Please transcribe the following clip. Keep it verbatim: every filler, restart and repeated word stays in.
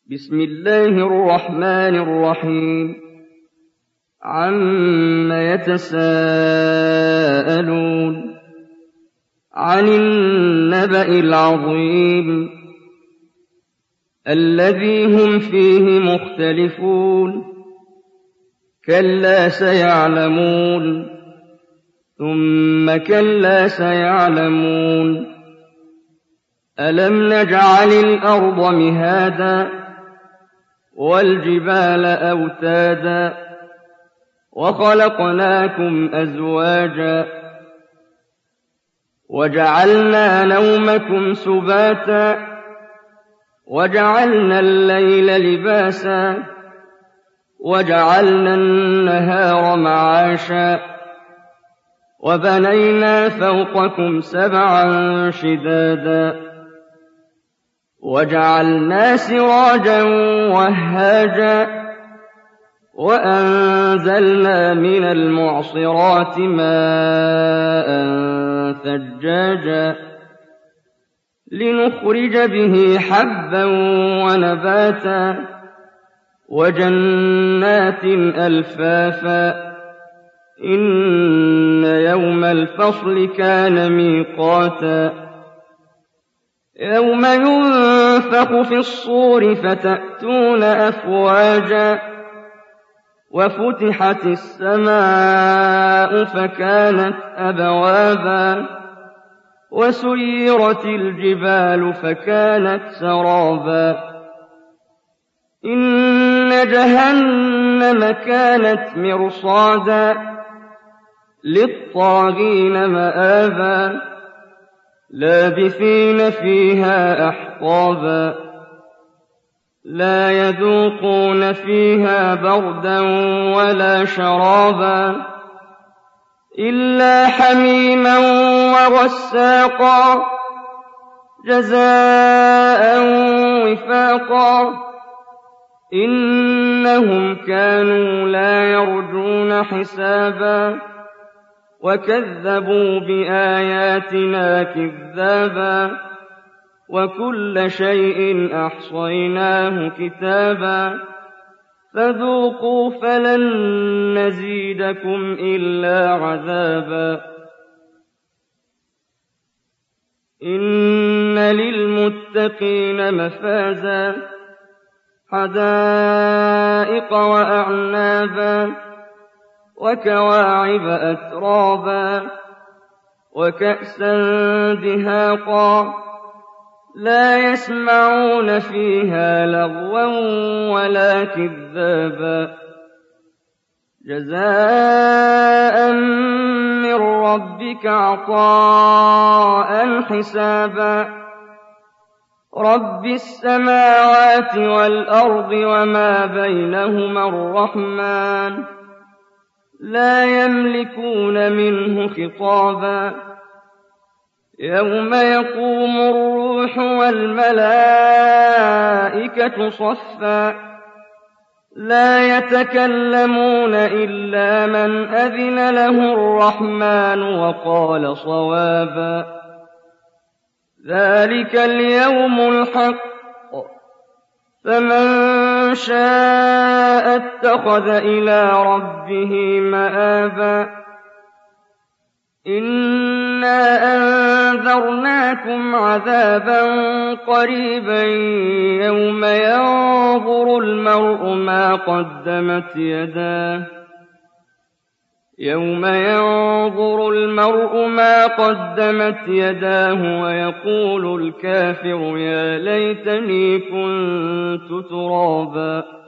بسم الله الرحمن الرحيم عم يتساءلون عن النبأ العظيم الذي هم فيه مختلفون كلا سيعلمون ثم كلا سيعلمون ألم نجعل الأرض مهادا والجبال أوتادا وخلقناكم أزواجا وجعلنا نومكم سباتا وجعلنا الليل لباسا وجعلنا النهار معاشا وبنينا فوقكم سبعا شدادا وجعلنا سراجا وهاجا وأنزلنا من المعصرات ماء ثجاجا لنخرج به حبا ونباتا وجنات ألفافا إن يوم الفصل كان ميقاتا يوم ينفخ في الصور فتأتون أفواجا وفتحت السماء فكانت أبوابا وسيرت الجبال فكانت سرابا إن جهنم كانت مرصادا للطاغين مآبا لابثين فيها أحقابا لا يذوقون فيها بردا ولا شرابا إلا حميما وغساقا جزاء وفاقا إنهم كانوا لا يرجون حسابا وكذبوا بآياتنا كذابا وكل شيء أحصيناه كتابا فذوقوا فلن نزيدكم إلا عذابا إن للمتقين مفازا حدائق وأعنابا وكواعب أترابا وكأسا دهاقا لا يسمعون فيها لغوا ولا كذابا جزاء من ربك عطاء حسابا رب السماوات والأرض وما بينهما الرحمن لا يملكون منه خطابا يوم يقوم الروح والملائكة صفا لا يتكلمون إلا من أذن له الرحمن وقال صوابا ذلك اليوم الحق فمن شاء اتخذ إلى ربه مآبا إنا أنذرناكم عذابا قريبا يوم ينظر المرء ما قدمت يداه يوم ينظر المرء ما قدمت يداه ويقول الكافر يا ليتني كنت ترابا